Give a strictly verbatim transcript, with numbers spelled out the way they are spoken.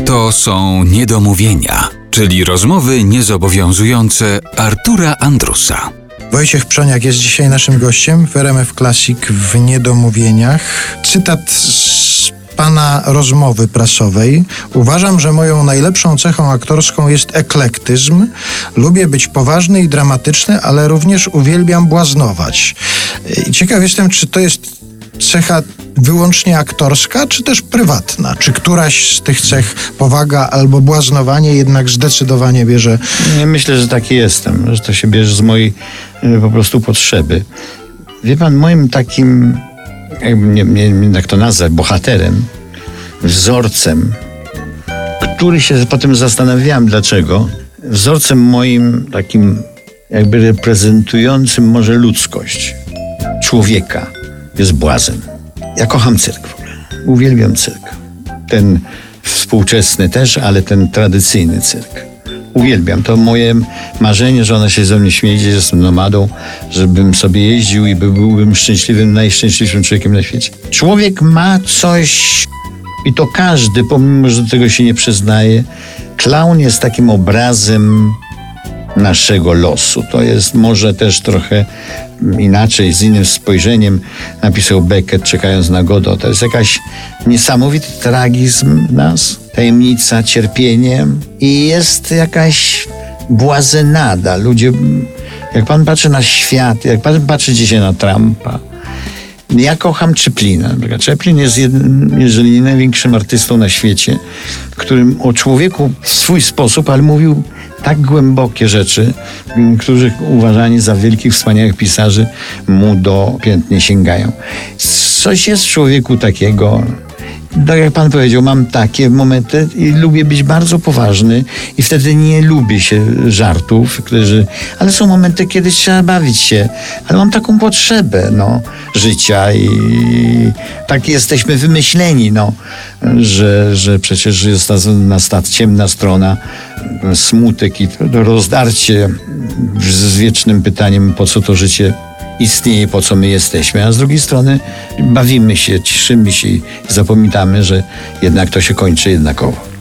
To są niedomówienia, czyli rozmowy niezobowiązujące Artura Andrusa. Wojciech Przoniak jest dzisiaj naszym gościem w R M F Classic w Niedomówieniach. Cytat z pana rozmowy prasowej. Uważam, że moją najlepszą cechą aktorską jest eklektyzm. Lubię być poważny i dramatyczny, ale również uwielbiam błaznować. I ciekaw jestem, czy to jest cecha wyłącznie aktorska, czy też prywatna? Czy któraś z tych cech, powaga albo błaznowanie, jednak zdecydowanie bierze? Ja myślę, że taki jestem, że to się bierze z mojej y, po prostu potrzeby. Wie pan, moim takim, jakby nie, nie, jak to nazwać, bohaterem, wzorcem, który się potem zastanawiałem, dlaczego, wzorcem moim takim jakby reprezentującym może ludzkość, człowieka, jest błazen. Ja kocham cyrk w ogóle. Uwielbiam cyrk. Ten współczesny też, ale ten tradycyjny cyrk. Uwielbiam. To moje marzenie, że ona się ze mnie śmieje, że jestem nomadą, żebym sobie jeździł i byłbym szczęśliwym, najszczęśliwszym człowiekiem na świecie. Człowiek ma coś, i to każdy, pomimo że do tego się nie przyznaje, klaun jest takim obrazem naszego losu. To jest może też trochę inaczej, z innym spojrzeniem napisał Beckett, czekając na Godot. To jest jakaś niesamowity tragizm nas, tajemnica, cierpienie i jest jakaś błazenada. Ludzie, jak pan patrzy na świat, jak pan patrzy dzisiaj na Trumpa, ja kocham Chaplina. Chaplin jest jednym, jeżeli nie największym artystą na świecie, którym o człowieku w swój sposób, ale mówił tak głębokie rzeczy, którzy uważani za wielkich, wspaniałych pisarzy mu do pięt nie sięgają. Coś jest w człowieku takiego. Tak jak pan powiedział, mam takie momenty i lubię być bardzo poważny i wtedy nie lubię się żartów, którzy, ale są momenty, kiedy trzeba bawić się, ale mam taką potrzebę, no, życia i tak jesteśmy wymyśleni, no, że, że przecież jest nas, nas ta ciemna strona, smutek i to rozdarcie z wiecznym pytaniem, po co to życie istnieje, po co my jesteśmy, a z drugiej strony bawimy się, cieszymy się i zapominamy, że jednak to się kończy jednakowo.